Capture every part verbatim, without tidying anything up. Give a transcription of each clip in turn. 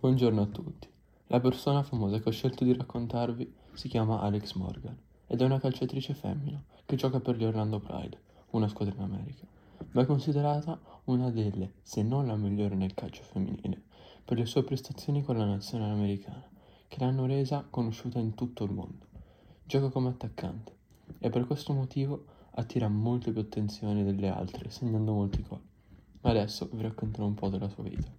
Buongiorno a tutti. La persona famosa che ho scelto di raccontarvi si chiama Alex Morgan ed è una calciatrice femmina che gioca per gli Orlando Pride, una squadra in America, ma è considerata una delle, se non la migliore nel calcio femminile, per le sue prestazioni con la nazionale americana, che l'hanno resa conosciuta in tutto il mondo. Gioca come attaccante e per questo motivo attira molte più attenzioni delle altre, segnando molti gol. Adesso vi racconterò un po' della sua vita.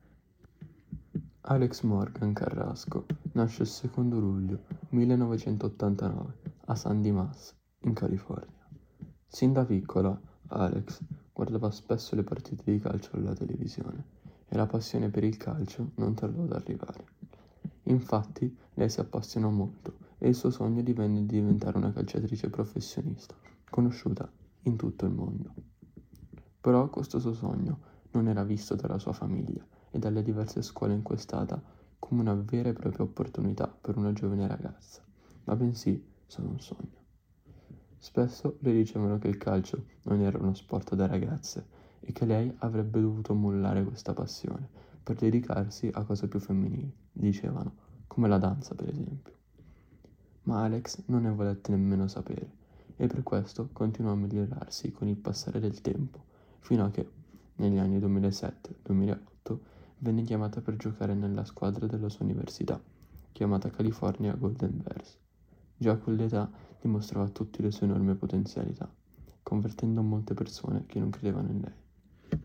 Alex Morgan Carrasco nasce il secondo luglio millenovecentottantanove a San Dimas, in California. Sin da piccola, Alex guardava spesso le partite di calcio alla televisione e la passione per il calcio non tardò ad arrivare. Infatti, lei si appassionò molto e il suo sogno divenne di diventare una calciatrice professionista, conosciuta in tutto il mondo. Però questo suo sogno non era visto dalla sua famiglia e dalle diverse scuole in cui è stata come una vera e propria opportunità per una giovane ragazza, ma bensì solo un sogno. Spesso le dicevano che il calcio non era uno sport da ragazze e che lei avrebbe dovuto mollare questa passione per dedicarsi a cose più femminili, dicevano, come la danza per esempio. Ma Alex non ne volette nemmeno sapere e per questo continuò a migliorarsi con il passare del tempo, fino a che, negli anni duemilasette duemilaotto, venne chiamata per giocare nella squadra della sua università, chiamata California Golden Bears. Già a quell'età dimostrava tutte le sue enormi potenzialità, convertendo molte persone che non credevano in lei.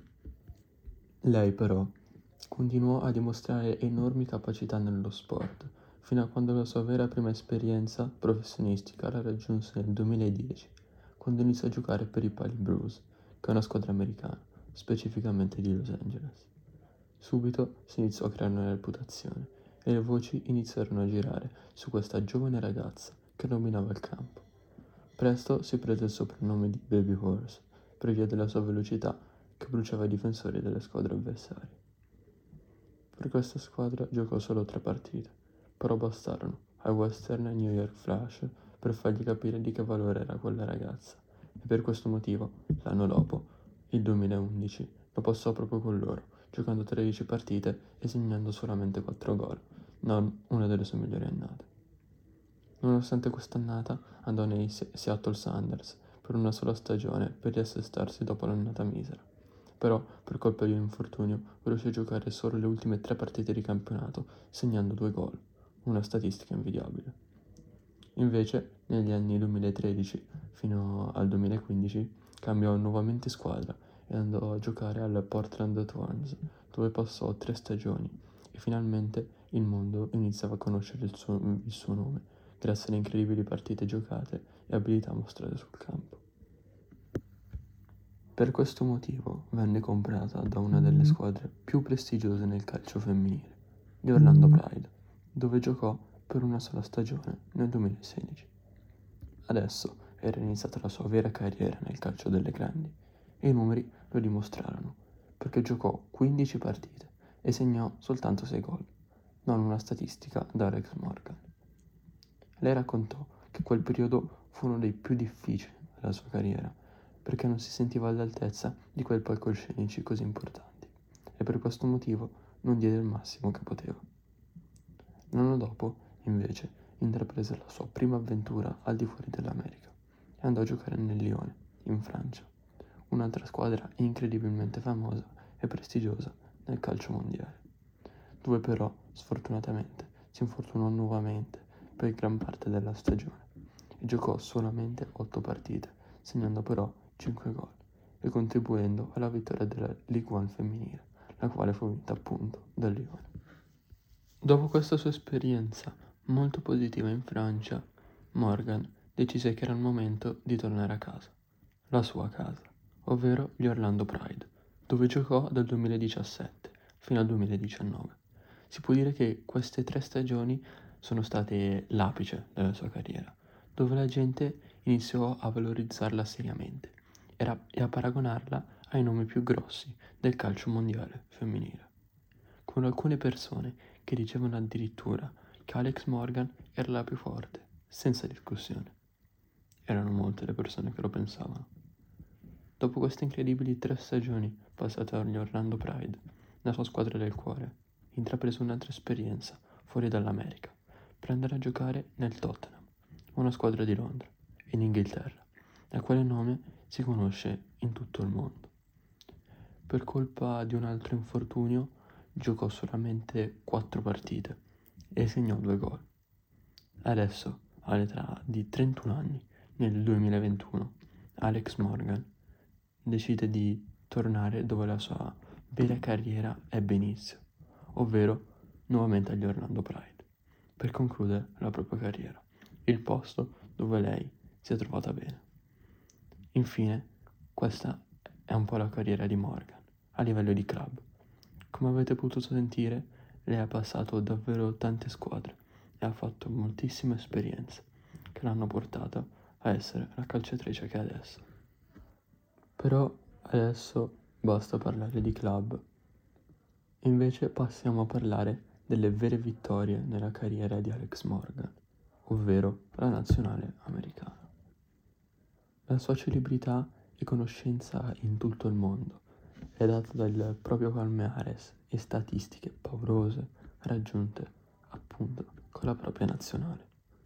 Lei però continuò a dimostrare enormi capacità nello sport, fino a quando la sua vera prima esperienza professionistica la raggiunse nel duemiladieci, quando iniziò a giocare per i Pali Blues, che è una squadra americana, specificamente di Los Angeles. Subito si iniziò a creare una reputazione e le voci iniziarono a girare su questa giovane ragazza che dominava il campo. Presto si prese il soprannome di Baby Horse per via della sua velocità che bruciava i difensori delle squadre avversarie. Per questa squadra giocò solo tre partite, però bastarono ai Western New York Flash per fargli capire di che valore era quella ragazza e per questo motivo, l'anno dopo, il duemilaundici, lo passò proprio con loro, giocando tredici partite e segnando solamente quattro gol, non una delle sue migliori annate. Nonostante quest'annata andò nei Seattle Sounders per una sola stagione per riassestarsi dopo l'annata misera. Però, per colpa di un infortunio, riuscì a giocare solo le ultime tre partite di campionato, segnando due gol, una statistica invidiabile. Invece, negli anni duemilatredici fino al duemilaquindici, cambiò nuovamente squadra e andò a giocare al Portland Thorns, dove passò tre stagioni e finalmente il mondo iniziava a conoscere il suo, il suo nome, grazie alle incredibili partite giocate e abilità mostrate sul campo. Per questo motivo venne comprata da una delle squadre più prestigiose nel calcio femminile, gli Orlando Pride, dove giocò per una sola stagione nel duemilasedici. Adesso era iniziata la sua vera carriera nel calcio delle grandi e i numeri lo dimostrarono, perché giocò quindici partite e segnò soltanto sei gol, non una statistica da Alex Morgan. Lei raccontò che quel periodo fu uno dei più difficili della sua carriera, perché non si sentiva all'altezza di quei palcoscenici così importanti e per questo motivo non diede il massimo che poteva. L'anno dopo, invece, intraprese la sua prima avventura al di fuori dell'America e andò a giocare nel Lione, in Francia, un'altra squadra incredibilmente famosa e prestigiosa nel calcio mondiale, dove però, sfortunatamente, si infortunò nuovamente per gran parte della stagione e giocò solamente otto partite, segnando però cinque gol e contribuendo alla vittoria della Ligue uno femminile, la quale fu vinta appunto dal Lione. Dopo questa sua esperienza molto positiva in Francia, Morgan decise che era il momento di tornare a casa, la sua casa, ovvero gli Orlando Pride, dove giocò dal duemiladiciassette fino al duemiladiciannove. Si può dire che queste tre stagioni sono state l'apice della sua carriera, dove la gente iniziò a valorizzarla seriamente e a paragonarla ai nomi più grossi del calcio mondiale femminile, con alcune persone che dicevano addirittura che Alex Morgan era la più forte, senza discussione. Erano molte le persone che lo pensavano. Dopo queste incredibili tre stagioni passate agli Orlando Pride, la sua squadra del cuore, intraprese un'altra esperienza fuori dall'America per andare a giocare nel Tottenham, una squadra di Londra, in Inghilterra, al quale nome si conosce in tutto il mondo. Per colpa di un altro infortunio giocò solamente quattro partite e segnò due gol. Adesso, all'età di trentuno anni, nel duemilaventuno, Alex Morgan decide di tornare dove la sua vera carriera ebbe inizio, ovvero nuovamente agli Orlando Pride, per concludere la propria carriera, il posto dove lei si è trovata bene. Infine, questa è un po' la carriera di Morgan a livello di club. Come avete potuto sentire, lei ha passato davvero tante squadre e ha fatto moltissime esperienze che l'hanno portata a essere la calciatrice che è adesso. Però adesso basta parlare di club. Invece passiamo a parlare delle vere vittorie nella carriera di Alex Morgan, ovvero la nazionale americana. La sua celebrità e conoscenza in tutto il mondo è data dal proprio palmares e statistiche paurose raggiunte appunto con la propria nazionale.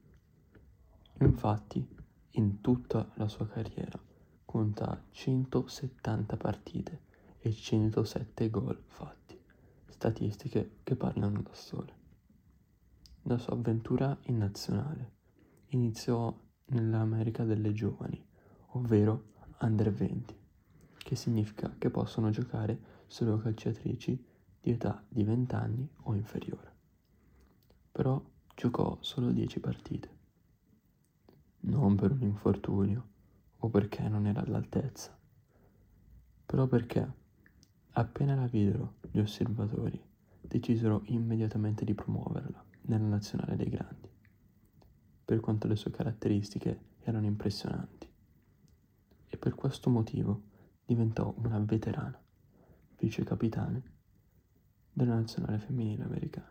Infatti, in tutta la sua carriera conta centosettanta partite e centosette gol fatti, statistiche che parlano da sole. La sua avventura in nazionale iniziò nell'America delle giovani, ovvero under venti, che significa che possono giocare solo calciatrici di età di venti anni o inferiore. Però giocò solo dieci partite, non per un infortunio o perché non era all'altezza, però perché appena la videro gli osservatori decisero immediatamente di promuoverla nella nazionale dei grandi, per quanto le sue caratteristiche erano impressionanti, e per questo motivo diventò una veterana, vice capitane della nazionale femminile americana.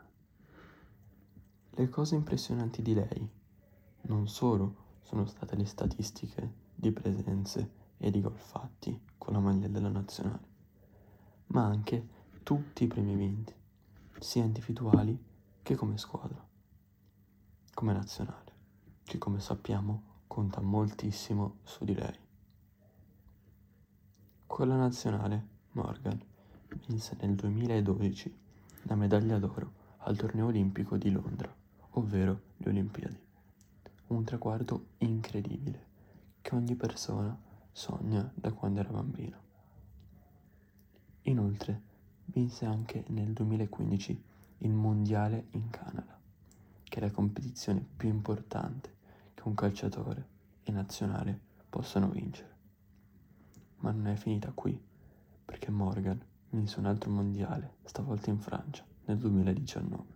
Le cose impressionanti di lei non solo sono state le statistiche di presenze e di gol fatti con la maglia della nazionale, ma anche tutti i premi vinti, sia individuali che come squadra, come nazionale, che come sappiamo conta moltissimo su di lei. Con la nazionale, Morgan vinse nel duemiladodici la medaglia d'oro al torneo olimpico di Londra, ovvero le Olimpiadi. Un traguardo incredibile che ogni persona sogna da quando era bambino. Inoltre vinse anche nel duemilaquindici il Mondiale in Canada, che è la competizione più importante che un calciatore e nazionale possano vincere. Ma non è finita qui, perché Morgan vinse un altro mondiale, stavolta in Francia, nel duemiladiciannove.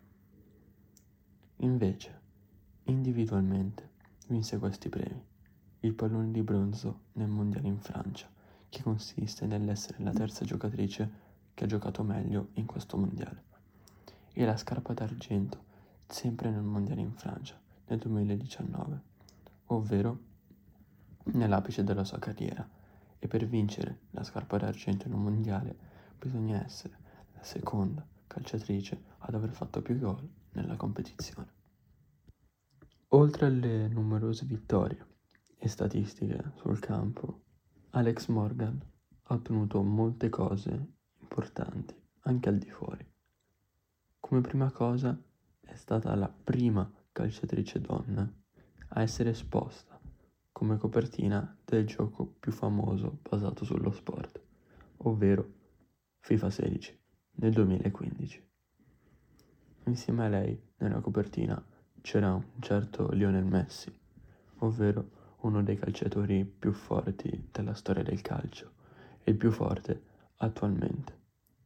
Invece, individualmente, vinse questi premi: il pallone di bronzo nel mondiale in Francia, che consiste nell'essere la terza giocatrice che ha giocato meglio in questo mondiale, e la scarpa d'argento sempre nel mondiale in Francia, nel duemiladiciannove, ovvero nell'apice della sua carriera. E per vincere la scarpa d'argento in un mondiale bisogna essere la seconda calciatrice ad aver fatto più gol nella competizione. Oltre alle numerose vittorie e statistiche sul campo, Alex Morgan ha ottenuto molte cose importanti anche al di fuori. Come prima cosa è stata la prima calciatrice donna a essere esposta come copertina del gioco più famoso basato sullo sport, ovvero FIFA sedici, nel duemilaquindici. Insieme a lei, nella copertina, c'era un certo Lionel Messi, ovvero uno dei calciatori più forti della storia del calcio e il più forte attualmente.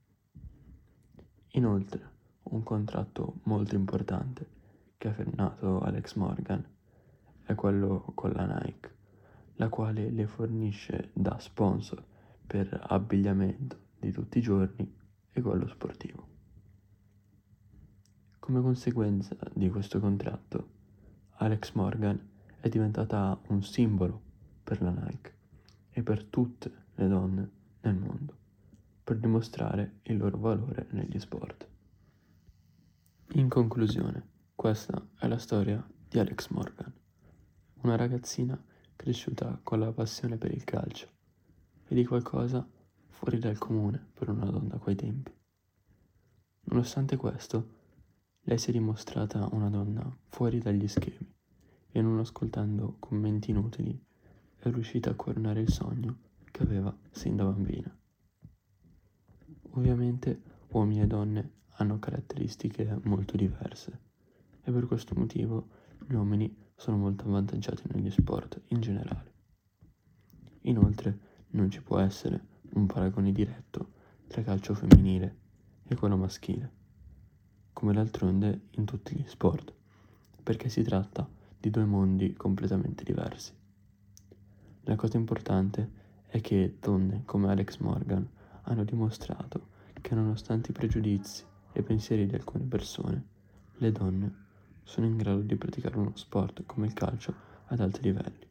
Inoltre, un contratto molto importante che ha firmato Alex Morgan è quello con la Nike, la quale le fornisce da sponsor per abbigliamento di tutti i giorni e quello sportivo. Come conseguenza di questo contratto, Alex Morgan è diventata un simbolo per la Nike e per tutte le donne nel mondo, per dimostrare il loro valore negli sport. In conclusione, questa è la storia di Alex Morgan, una ragazzina cresciuta con la passione per il calcio e di qualcosa fuori dal comune per una donna a quei tempi. Nonostante questo, lei si è dimostrata una donna fuori dagli schemi e non ascoltando commenti inutili è riuscita a coronare il sogno che aveva sin da bambina. Ovviamente uomini e donne hanno caratteristiche molto diverse e per questo motivo gli uomini sono molto avvantaggiati negli sport in generale. Inoltre non ci può essere un paragone diretto tra calcio femminile e quello maschile, come d'altronde in tutti gli sport, perché si tratta di due mondi completamente diversi. La cosa importante è che donne come Alex Morgan hanno dimostrato che nonostante i pregiudizi e i pensieri di alcune persone, le donne sono in grado di praticare uno sport come il calcio ad alti livelli.